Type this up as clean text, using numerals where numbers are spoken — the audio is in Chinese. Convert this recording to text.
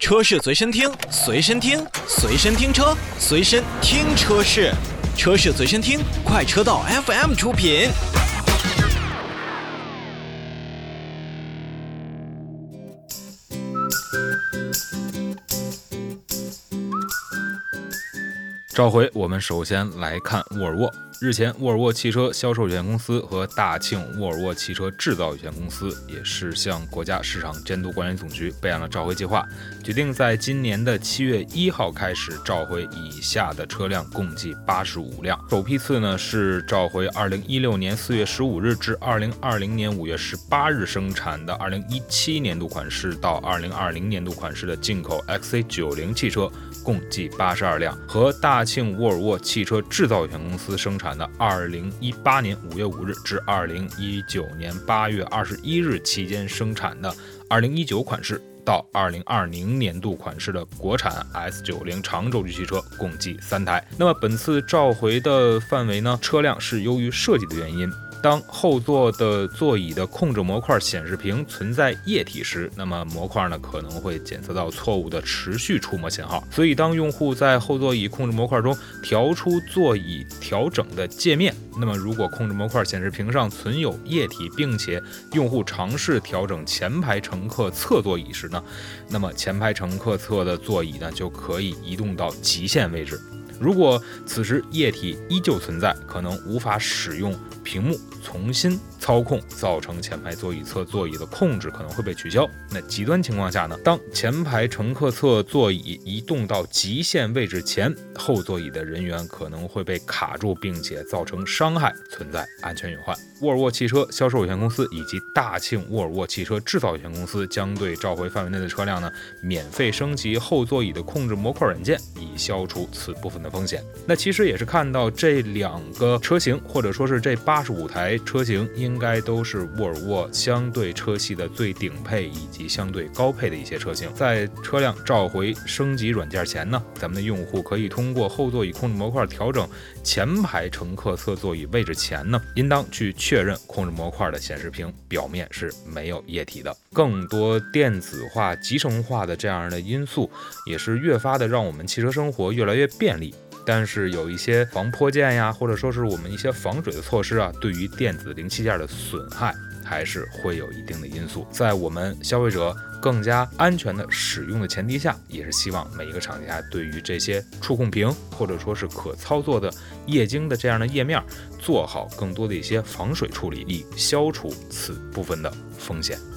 车是随身听，随身听，随身听车，随身听车是，车是随身听，快车道 FM 出品。 召回，我们首先来看沃尔沃。日前，沃尔沃汽车销售有限公司和大庆沃尔沃汽车制造有限公司也是向国家市场监督管理总局备案了召回计划，决定在今年的7月1号开始召回以下的车辆，共计85辆。首批次呢是召回2016年4月15日至2020年5月18日生产的2017年度款式到2020年度款式的进口 XC90 汽车，共计82辆，和大庆沃尔沃汽车制造有限公司生产的2018年5月5日至2019年8月21日期间生产的2019款式到2020年度款式的国产 S90 长轴距汽车，共计3台。那么本次召回的范围呢，车辆是由于设计的原因，当后座的座椅的控制模块显示屏存在液体时，那么模块呢可能会检测到错误的持续触摸信号，所以当用户在后座椅控制模块中调出座椅调整的界面，那么如果控制模块显示屏上存有液体，并且用户尝试调整前排乘客侧座椅时呢，那么前排乘客侧的座椅呢就可以移动到极限位置。如果此时液体依旧存在，可能无法使用屏幕重新操控，造成前排座椅侧座椅的控制可能会被取消。那极端情况下呢，当前排乘客侧座椅移动到极限位置前，后座椅的人员可能会被卡住，并且造成伤害，存在安全隐患。沃尔沃汽车销售有限公司以及大庆沃尔沃汽车制造有限公司将对召回范围内的车辆呢，免费升级后座椅的控制模块软件，以消除此部分的风险。那其实也是看到这两个车型，或者说是这85台车型，应该都是沃尔沃相对车系的最顶配以及相对高配的一些车型。在车辆召回升级软件前呢，咱们的用户可以通过后座椅控制模块调整前排乘客侧座椅位置前呢，应当去确认控制模块的显示屏表面是没有液体的。更多电子化、集成化的这样的因素，也是越发的让我们汽车生活越来越便利。但是有一些防泼溅呀，或者说是我们一些防水的措施啊，对于电子零器件的损害还是会有一定的因素。在我们消费者更加安全的使用的前提下，也是希望每一个厂家对于这些触控屏或者说是可操作的液晶的这样的页面，做好更多的一些防水处理，以消除此部分的风险。